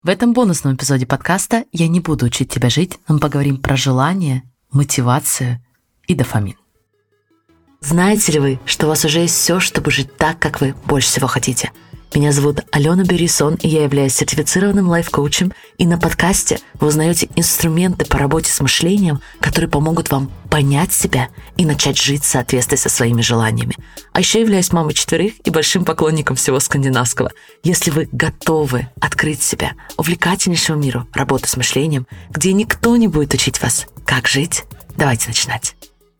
В этом бонусном эпизоде подкаста я не буду учить тебя жить, но мы поговорим про желание, мотивацию и дофамин. Знаете ли вы, что у вас уже есть все, чтобы жить так, как вы больше всего хотите? Меня зовут Алена Берисон, и я являюсь сертифицированным лайф-коучем, и на подкасте вы узнаете инструменты по работе с мышлением, которые помогут вам понять себя и начать жить в соответствии со своими желаниями. А еще являюсь мамой 4 и большим поклонником всего скандинавского. Если вы готовы открыть себя увлекательнейшему миру работы с мышлением, где никто не будет учить вас, как жить, давайте начинать.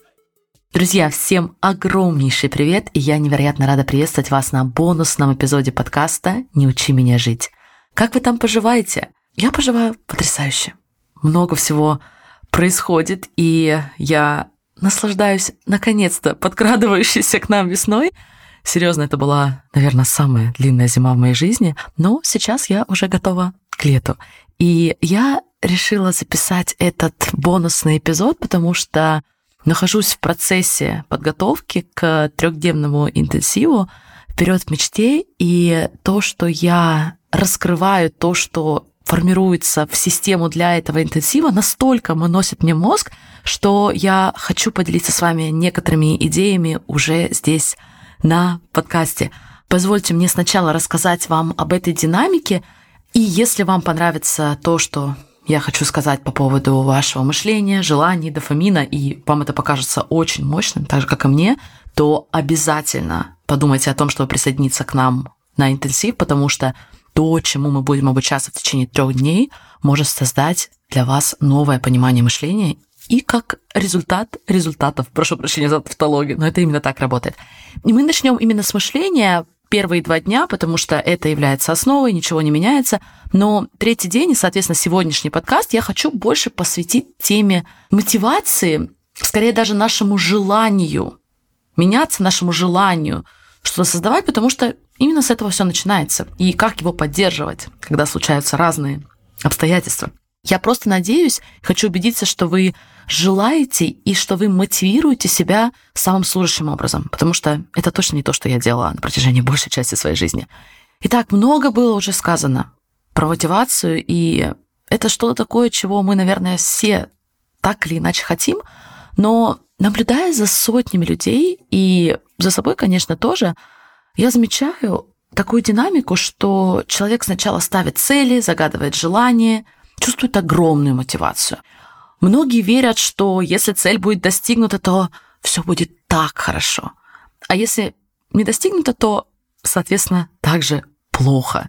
Друзья, всем огромнейший привет, и я невероятно рада приветствовать вас на бонусном эпизоде подкаста «Не учи меня жить». Как вы там поживаете? Я поживаю потрясающе. Много всего происходит, и я наслаждаюсь, наконец-то, подкрадывающейся к нам весной. Серьезно, это была, наверное, самая длинная зима в моей жизни, но сейчас я уже готова к лету. И я решила записать этот бонусный эпизод, потому что нахожусь в процессе подготовки к 3-дневному интенсиву «Вперед в мечте», и то, что я раскрываю, то, что формируется в систему для этого интенсива, настолько носит мне мозг, что я хочу поделиться с вами некоторыми идеями уже здесь на подкасте. Позвольте мне сначала рассказать вам об этой динамике, и если вам понравится то, что я хочу сказать по поводу вашего мышления, желаний, дофамина, и вам это покажется очень мощным, так же, как и мне, то обязательно подумайте о том, чтобы присоединиться к нам на интенсив, потому что то, чему мы будем обучаться в течение 3 дней, может создать для вас новое понимание мышления и как результатов, прошу прощения за тавтологию, но это именно так работает. И мы начнем именно с мышления первые 2 дня, потому что это является основой, ничего не меняется. Но 3-й день и, соответственно, сегодняшний подкаст я хочу больше посвятить теме мотивации, скорее даже нашему желанию меняться, нашему желанию что-то создавать, потому что именно с этого все начинается. И как его поддерживать, когда случаются разные обстоятельства. Я просто надеюсь, хочу убедиться, что вы желаете и что вы мотивируете себя самым служащим образом, потому что это точно не то, что я делала на протяжении большей части своей жизни. Итак, много было уже сказано про мотивацию, и это что-то такое, чего мы, наверное, все так или иначе хотим, но наблюдая за сотнями людей и за собой, конечно, тоже, я замечаю такую динамику, что человек сначала ставит цели, загадывает желания, чувствует огромную мотивацию. Многие верят, что если цель будет достигнута, то все будет так хорошо. А если не достигнуто, то, соответственно, также плохо.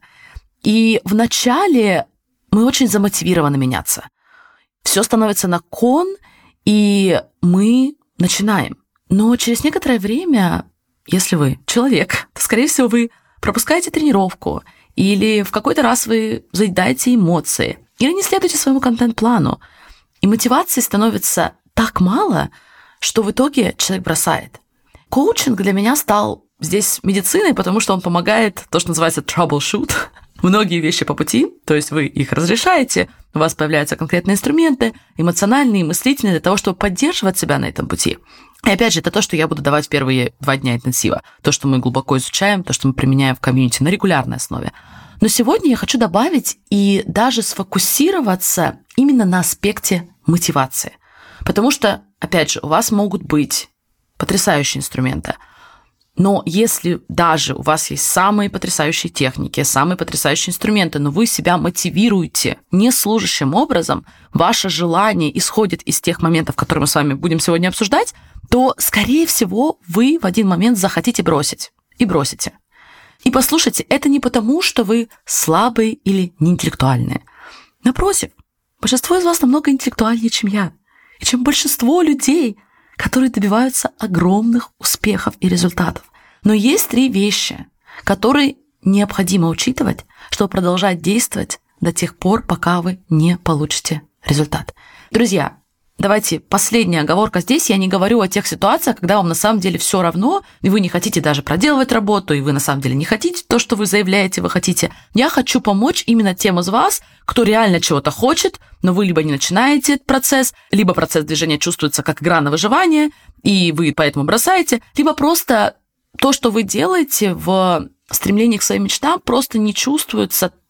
И вначале мы очень замотивированы меняться. Все становится на кон, и мы начинаем. Но через некоторое время, если вы человек, то, скорее всего, вы пропускаете тренировку, или в какой-то раз вы заедаете эмоции, или не следуете своему контент-плану. И мотивации становится так мало, что в итоге человек бросает. Коучинг для меня стал здесь медициной, потому что он помогает, то, что называется troubleshoot, многие вещи по пути, то есть вы их разрешаете, у вас появляются конкретные инструменты, эмоциональные, мыслительные, для того, чтобы поддерживать себя на этом пути. И опять же, это то, что я буду давать в первые 2 дня интенсива, то, что мы глубоко изучаем, то, что мы применяем в комьюнити на регулярной основе. Но сегодня я хочу добавить и даже сфокусироваться именно на аспекте мотивации. Потому что, опять же, у вас могут быть потрясающие инструменты, но если даже у вас есть самые потрясающие техники, самые потрясающие инструменты, но вы себя мотивируете неслужащим образом, ваше желание исходит из тех моментов, которые мы с вами будем сегодня обсуждать, то, скорее всего, вы в один момент захотите бросить. И бросите. И послушайте, это не потому, что вы слабые или неинтеллектуальные. Напротив, большинство из вас намного интеллектуальнее, чем я, и чем большинство людей, которые добиваются огромных успехов и результатов. Но есть 3 вещи, которые необходимо учитывать, чтобы продолжать действовать до тех пор, пока вы не получите результат. Друзья, давайте последняя оговорка здесь. Я не говорю о тех ситуациях, когда вам на самом деле все равно, и вы не хотите даже проделывать работу, и вы на самом деле не хотите то, что вы заявляете, вы хотите. Я хочу помочь именно тем из вас, кто реально чего-то хочет, но вы либо не начинаете этот процесс, либо процесс движения чувствуется как игра на выживание, и вы поэтому бросаете, либо просто то, что вы делаете в стремлении к своим мечтам, просто не чувствуется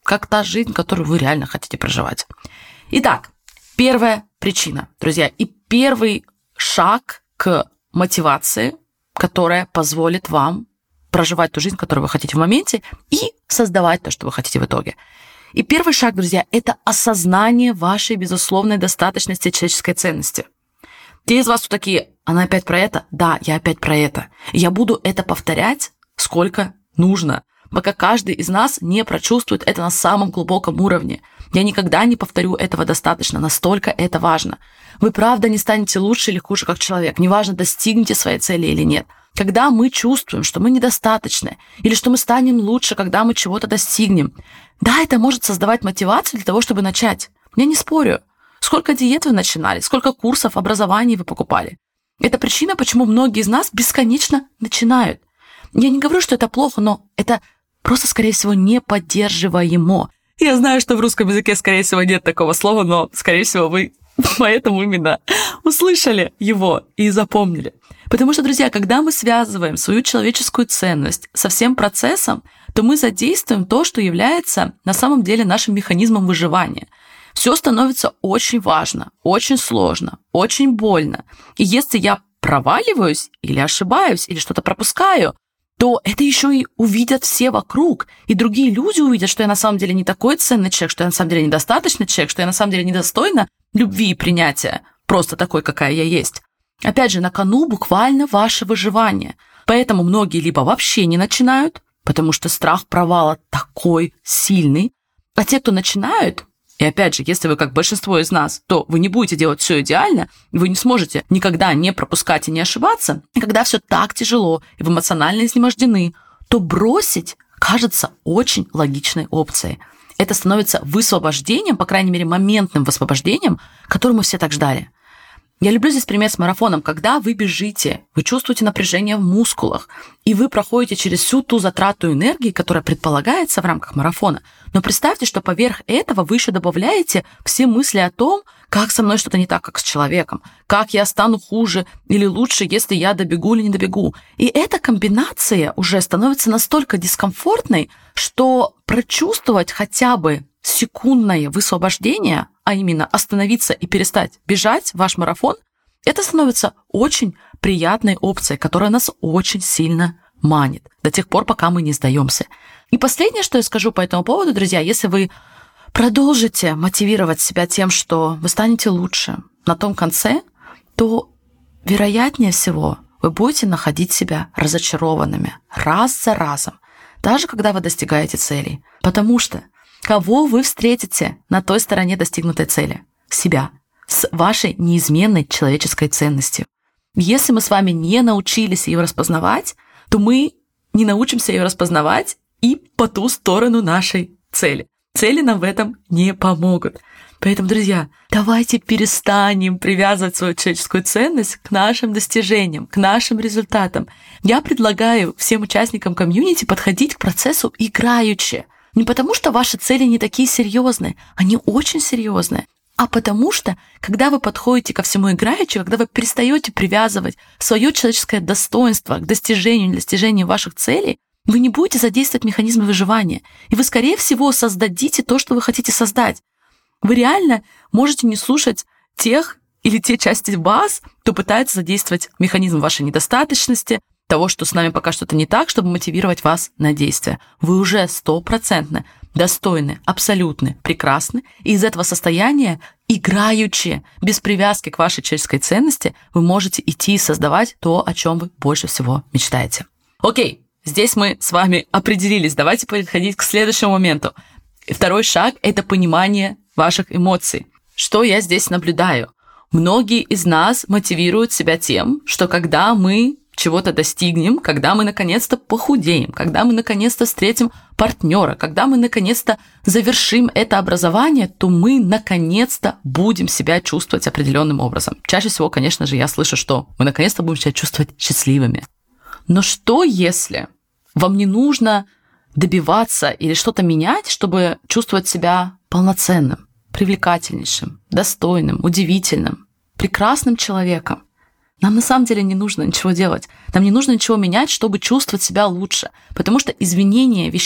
как та жизнь, которую вы реально хотите проживать. Итак, первая причина, друзья, и первый шаг к мотивации, которая позволит вам проживать ту жизнь, которую вы хотите в моменте, и создавать то, что вы хотите в итоге. И первый шаг, друзья, это осознание вашей безусловной достаточности человеческой ценности. Те из вас, кто такие: она опять про это? Да, я опять про это. Я буду это повторять, сколько нужно, пока каждый из нас не прочувствует это на самом глубоком уровне. Я никогда не повторю этого достаточно, настолько это важно. Вы правда не станете лучше или хуже как человек, неважно, достигнете своей цели или нет. Когда мы чувствуем, что мы недостаточны, или что мы станем лучше, когда мы чего-то достигнем, да, это может создавать мотивацию для того, чтобы начать. Я не спорю. Сколько диет вы начинали, сколько курсов, образований вы покупали. Это причина, почему многие из нас бесконечно начинают. Я не говорю, что это плохо, но это просто, скорее всего, неподдерживаемо. Я знаю, что в русском языке, скорее всего, нет такого слова, но, скорее всего, вы поэтому именно услышали его и запомнили. Потому что, друзья, когда мы связываем свою человеческую ценность со всем процессом, то мы задействуем то, что является на самом деле нашим механизмом выживания. Все становится очень важно, очень сложно, очень больно. И если я проваливаюсь или ошибаюсь, или что-то пропускаю, то это еще и увидят все вокруг. И другие люди увидят, что я на самом деле не такой ценный человек, что я на самом деле недостаточный человек, что я на самом деле недостойна любви и принятия, просто такой, какая я есть. Опять же, на кону буквально ваше выживание. Поэтому многие либо вообще не начинают, потому что страх провала такой сильный, а те, кто начинают, и опять же, если вы как большинство из нас, то вы не будете делать все идеально, вы не сможете никогда не пропускать и не ошибаться. И когда все так тяжело, и вы эмоционально изнемождены, то бросить кажется очень логичной опцией. Это становится высвобождением, по крайней мере, моментным высвобождением, которое мы все так ждали. Я люблю здесь пример с марафоном. Когда вы бежите, вы чувствуете напряжение в мускулах, и вы проходите через всю ту затрату энергии, которая предполагается в рамках марафона. Но представьте, что поверх этого вы еще добавляете все мысли о том, как со мной что-то не так, как с человеком, как я стану хуже или лучше, если я добегу или не добегу. И эта комбинация уже становится настолько дискомфортной, что прочувствовать хотя бы секундное высвобождение, а именно остановиться и перестать бежать ваш марафон, это становится очень приятной опцией, которая нас очень сильно манит до тех пор, пока мы не сдаемся. И последнее, что я скажу по этому поводу, друзья, если вы продолжите мотивировать себя тем, что вы станете лучше на том конце, то, вероятнее всего, вы будете находить себя разочарованными раз за разом, даже когда вы достигаете целей. Потому что кого вы встретите на той стороне достигнутой цели? Себя. С вашей неизменной человеческой ценностью. Если мы с вами не научились ее распознавать, то мы не научимся ее распознавать и по ту сторону нашей цели. Цели нам в этом не помогут. Поэтому, друзья, давайте перестанем привязывать свою человеческую ценность к нашим достижениям, к нашим результатам. Я предлагаю всем участникам комьюнити подходить к процессу играючи. Не потому, что ваши цели не такие серьезные, они очень серьезные, а потому что, когда вы подходите ко всему играючи, когда вы перестаете привязывать свое человеческое достоинство к достижению ваших целей, вы не будете задействовать механизмы выживания, и вы, скорее всего, создадите то, что вы хотите создать. Вы реально можете не слушать тех или те части вас, кто пытается задействовать механизм вашей недостаточности, того, что с нами пока что-то не так, чтобы мотивировать вас на действие. Вы уже 100% достойны, абсолютны, прекрасны, и из этого состояния, играючи, без привязки к вашей человеческой ценности, вы можете идти и создавать то, о чем вы больше всего мечтаете. Окей, здесь мы с вами определились. Давайте переходить к следующему моменту. Второй шаг – это понимание ваших эмоций. Что я здесь наблюдаю? Многие из нас мотивируют себя тем, что когда мы чего-то достигнем, когда мы наконец-то похудеем, когда мы наконец-то встретим партнера, когда мы наконец-то завершим это образование, то мы наконец-то будем себя чувствовать определенным образом. Чаще всего, конечно же, я слышу, что мы наконец-то будем себя чувствовать счастливыми. Но что если вам не нужно добиваться или что-то менять, чтобы чувствовать себя полноценным, привлекательнейшим, достойным, удивительным, прекрасным человеком? Нам на самом деле не нужно ничего делать. Нам не нужно ничего менять, чтобы чувствовать себя лучше. Потому что извинение вещей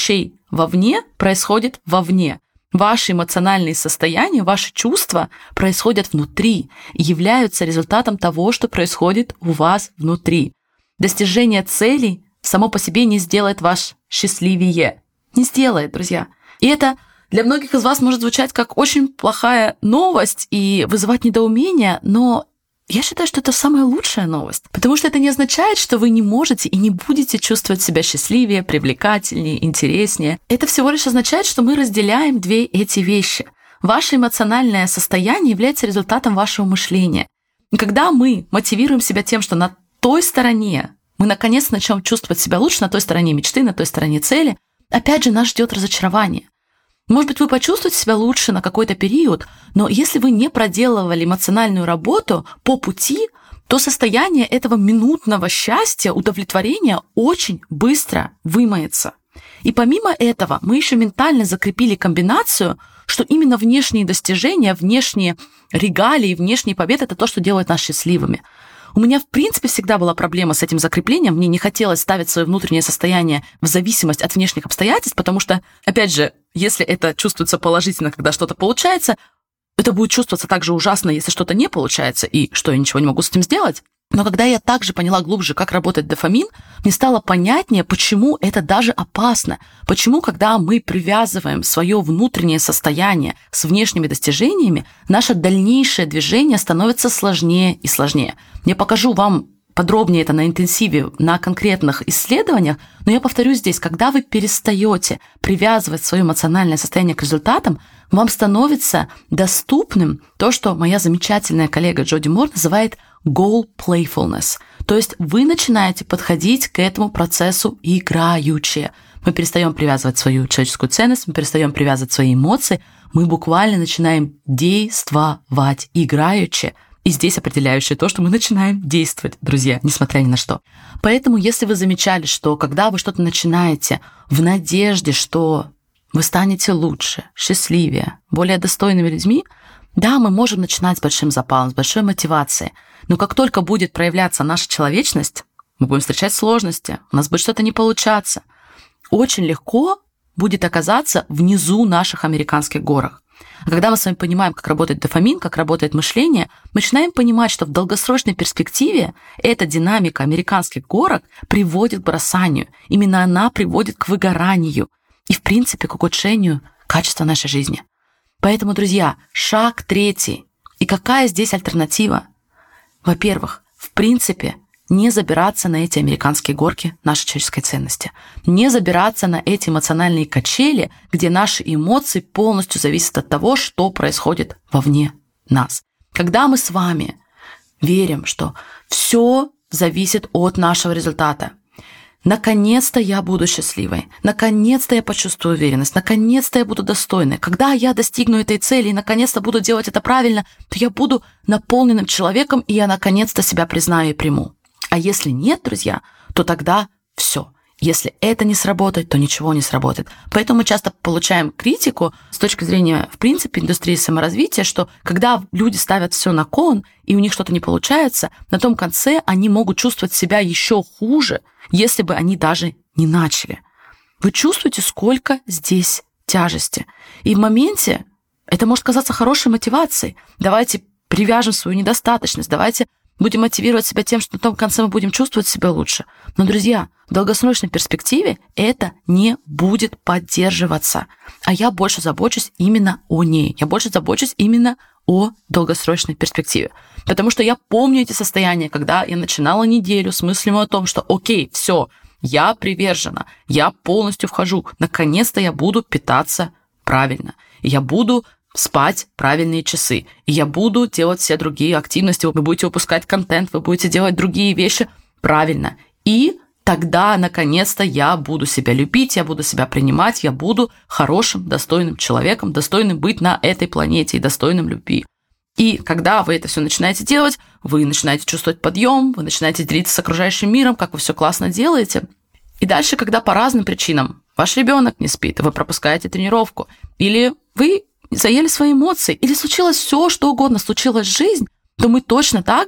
вовне происходит вовне. Ваши эмоциональные состояния, ваши чувства происходят внутри и являются результатом того, что происходит у вас внутри. Достижение целей само по себе не сделает вас счастливее. Не сделает, друзья. И это для многих из вас может звучать как очень плохая новость и вызывать недоумение, но я считаю, что это самая лучшая новость, потому что это не означает, что вы не можете и не будете чувствовать себя счастливее, привлекательнее, интереснее. Это всего лишь означает, что мы разделяем две эти вещи. Ваше эмоциональное состояние является результатом вашего мышления. И когда мы мотивируем себя тем, что на той стороне мы наконец начнем чувствовать себя лучше, на той стороне мечты, на той стороне цели, опять же, нас ждет разочарование. Может быть, вы почувствуете себя лучше на какой-то период, но если вы не проделывали эмоциональную работу по пути, то состояние этого минутного счастья, удовлетворения очень быстро вымоется. И помимо этого, мы еще ментально закрепили комбинацию, что именно внешние достижения, внешние регалии, внешние победы – это то, что делает нас счастливыми. У меня, в принципе, всегда была проблема с этим закреплением. Мне не хотелось ставить свое внутреннее состояние в зависимость от внешних обстоятельств, потому что, опять же, если это чувствуется положительно, когда что-то получается, это будет чувствоваться так же ужасно, если что-то не получается, и что я ничего не могу с этим сделать. Но когда я также поняла глубже, как работает дофамин, мне стало понятнее, почему это даже опасно. Почему, когда мы привязываем свое внутреннее состояние с внешними достижениями, наше дальнейшее движение становится сложнее и сложнее. Я покажу вам подробнее это на интенсиве, на конкретных исследованиях, но я повторю здесь, когда вы перестаете привязывать свое эмоциональное состояние к результатам, вам становится доступным то, что моя замечательная коллега Джоди Мор называет goal playfulness. То есть вы начинаете подходить к этому процессу играючи. Мы перестаем привязывать свою человеческую ценность, мы перестаем привязывать свои эмоции, мы буквально начинаем действовать играючи. И здесь определяющее то, что мы начинаем действовать, друзья, несмотря ни на что. Поэтому, если вы замечали, что когда вы что-то начинаете в надежде, что вы станете лучше, счастливее, более достойными людьми, да, мы можем начинать с большим запалом, с большой мотивацией. Но как только будет проявляться наша человечность, мы будем встречать сложности, у нас будет что-то не получаться. Очень легко будет оказаться внизу наших американских горах. А когда мы с вами понимаем, как работает дофамин, как работает мышление, мы начинаем понимать, что в долгосрочной перспективе эта динамика американских горок приводит к бросанию. Именно она приводит к выгоранию и, в принципе, к ухудшению качества нашей жизни. Поэтому, друзья, шаг третий. И какая здесь альтернатива? Во-первых, в принципе, не забираться на эти американские горки нашей человеческой ценности. Не забираться на эти эмоциональные качели, где наши эмоции полностью зависят от того, что происходит вовне нас. Когда мы с вами верим, что все зависит от нашего результата, наконец-то я буду счастливой, наконец-то я почувствую уверенность, наконец-то я буду достойной. Когда я достигну этой цели и наконец-то буду делать это правильно, то я буду наполненным человеком, и я наконец-то себя признаю и приму. А если нет, друзья, то тогда все. Если это не сработает, то ничего не сработает. Поэтому мы часто получаем критику с точки зрения, в принципе, индустрии саморазвития, что когда люди ставят все на кон, и у них что-то не получается, на том конце они могут чувствовать себя еще хуже, если бы они даже не начали. Вы чувствуете, сколько здесь тяжести. И в моменте это может казаться хорошей мотивацией. Давайте привяжем свою недостаточность, давайте будем мотивировать себя тем, что на том конце мы будем чувствовать себя лучше. Но, друзья, в долгосрочной перспективе это не будет поддерживаться. А я больше забочусь именно о ней. Я больше забочусь именно о долгосрочной перспективе. Потому что я помню эти состояния, когда я начинала неделю с мыслью о том, что окей, все, я привержена, я полностью вхожу. Наконец-то я буду питаться правильно. И я буду спать правильные часы. И я буду делать все другие активности. Вы будете выпускать контент, вы будете делать другие вещи правильно. И тогда, наконец-то, я буду себя любить, я буду себя принимать, я буду хорошим, достойным человеком, достойным быть на этой планете и достойным любви. И когда вы это все начинаете делать, вы начинаете чувствовать подъем, вы начинаете делиться с окружающим миром, как вы все классно делаете. И дальше, когда по разным причинам ваш ребенок не спит, вы пропускаете тренировку, или вы заели свои эмоции, или случилось все, что угодно, случилась жизнь, то мы точно так же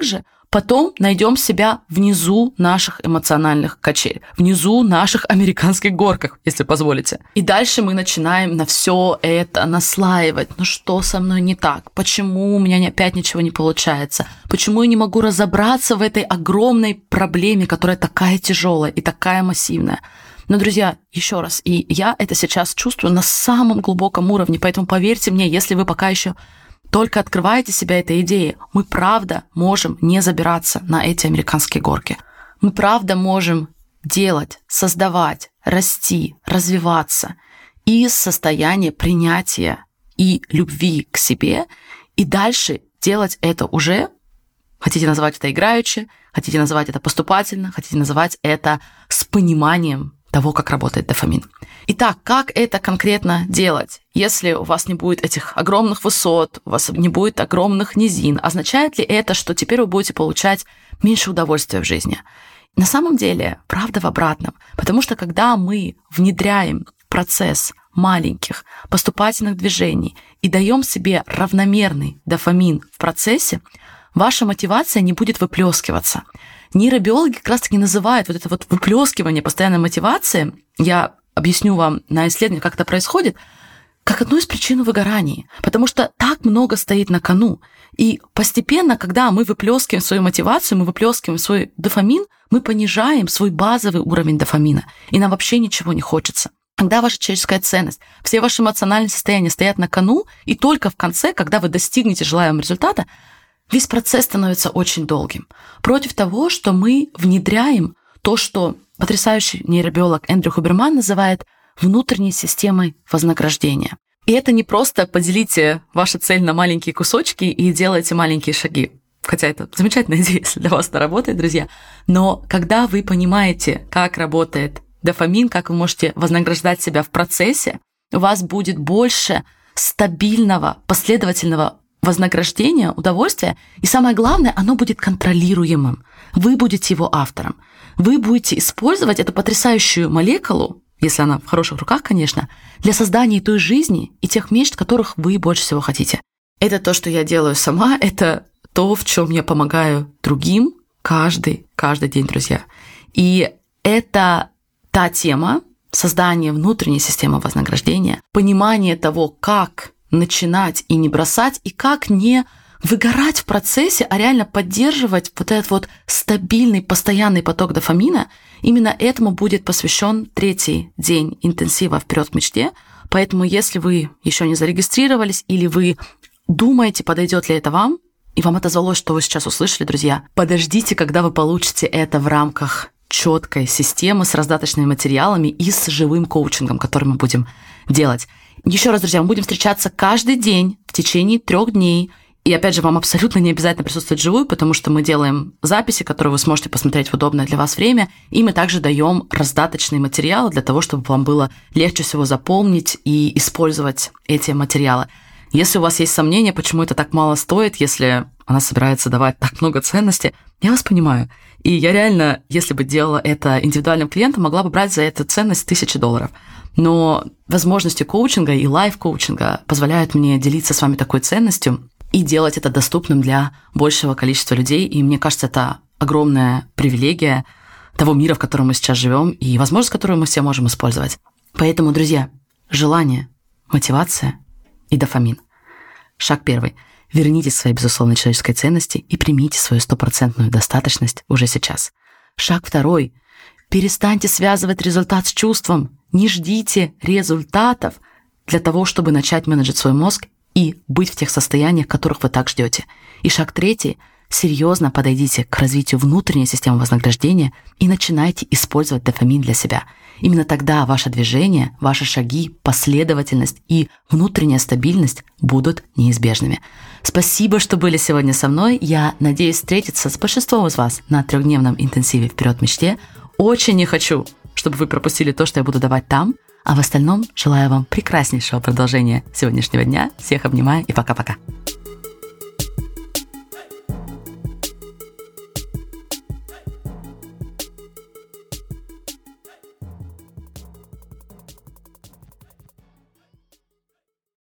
Потом найдем себя внизу наших эмоциональных качелей, внизу наших американских горках, если позволите. И дальше мы начинаем на все это наслаивать. Ну что со мной не так? Почему у меня опять ничего не получается? Почему я не могу разобраться в этой огромной проблеме, которая такая тяжелая и такая массивная? Но, друзья, еще раз, и я это сейчас чувствую на самом глубоком уровне, поэтому поверьте мне, если вы пока еще только открываете себя этой идеей, мы правда можем не забираться на эти американские горки. Мы правда можем делать, создавать, расти, развиваться из состояния принятия и любви к себе, и дальше делать это уже, хотите называть это играючи, хотите называть это поступательно, хотите называть это с пониманием того, как работает дофамин. Итак, как это конкретно делать? Если у вас не будет этих огромных высот, у вас не будет огромных низин, означает ли это, что теперь вы будете получать меньше удовольствия в жизни? На самом деле, правда в обратном. Потому что когда мы внедряем процесс маленьких поступательных движений и даем себе равномерный дофамин в процессе, ваша мотивация не будет выплескиваться. Нейробиологи как раз-таки называют вот это вот выплескивание постоянной мотивации, я объясню вам на исследовании, как это происходит, как одну из причин выгораний, потому что так много стоит на кону. И постепенно, когда мы выплескиваем свою мотивацию, мы выплескиваем свой дофамин, мы понижаем свой базовый уровень дофамина, и нам вообще ничего не хочется. Когда ваша человеческая ценность, все ваши эмоциональные состояния стоят на кону, и только в конце, когда вы достигнете желаемого результата, весь процесс становится очень долгим. Против того, что мы внедряем то, что потрясающий нейробиолог Эндрю Хуберман называет внутренней системой вознаграждения. И это не просто поделите вашу цель на маленькие кусочки и делайте маленькие шаги. Хотя это замечательная идея, если для вас это работает, друзья. Но когда вы понимаете, как работает дофамин, как вы можете вознаграждать себя в процессе, у вас будет больше стабильного, последовательного вознаграждения, удовольствия, и самое главное, оно будет контролируемым. Вы будете его автором. Вы будете использовать эту потрясающую молекулу, если она в хороших руках, конечно, для создания той жизни и тех мечт, которых вы больше всего хотите. Это то, что я делаю сама, это то, в чем я помогаю другим каждый день, друзья. И это та тема создания внутренней системы вознаграждения, понимание того, как начинать и не бросать, и как не выгорать в процессе, а реально поддерживать вот этот вот стабильный, постоянный поток дофамина. Именно этому будет посвящен 3-й день интенсива «Вперед к мечте». Поэтому, если вы еще не зарегистрировались или вы думаете, подойдет ли это вам, и вам отозвалось, что вы сейчас услышали, друзья, подождите, когда вы получите это в рамках четкой системы с раздаточными материалами и с живым коучингом, который мы будем делать. Еще раз, друзья, мы будем встречаться каждый день в течение 3 дней. И опять же, вам абсолютно не обязательно присутствовать вживую, потому что мы делаем записи, которые вы сможете посмотреть в удобное для вас время. И мы также даем раздаточные материалы для того, чтобы вам было легче всего запомнить и использовать эти материалы. Если у вас есть сомнения, почему это так мало стоит, если она собирается давать так много ценностей, я вас понимаю. И я реально, если бы делала это индивидуальным клиентам, могла бы брать за эту ценность $1000. Но возможности коучинга и лайф-коучинга позволяют мне делиться с вами такой ценностью и делать это доступным для большего количества людей. И мне кажется, это огромная привилегия того мира, в котором мы сейчас живем, и возможность, которую мы все можем использовать. Поэтому, друзья, желание, мотивация и дофамин. Шаг 1. Вернитесь к своей безусловной человеческой ценности и примите свою 100% достаточность уже сейчас. Шаг 2. Перестаньте связывать результат с чувством. Не ждите результатов для того, чтобы начать менеджить свой мозг и быть в тех состояниях, которых вы так ждете. И шаг 3. Серьезно подойдите к развитию внутренней системы вознаграждения и начинайте использовать дофамин для себя. Именно тогда ваше движение, ваши шаги, последовательность и внутренняя стабильность будут неизбежными. Спасибо, что были сегодня со мной. Я надеюсь встретиться с большинством из вас на 3-дневном интенсиве «Вперед к мечте». Очень не хочу, чтобы вы пропустили то, что я буду давать там. А в остальном желаю вам прекраснейшего продолжения сегодняшнего дня. Всех обнимаю и пока-пока.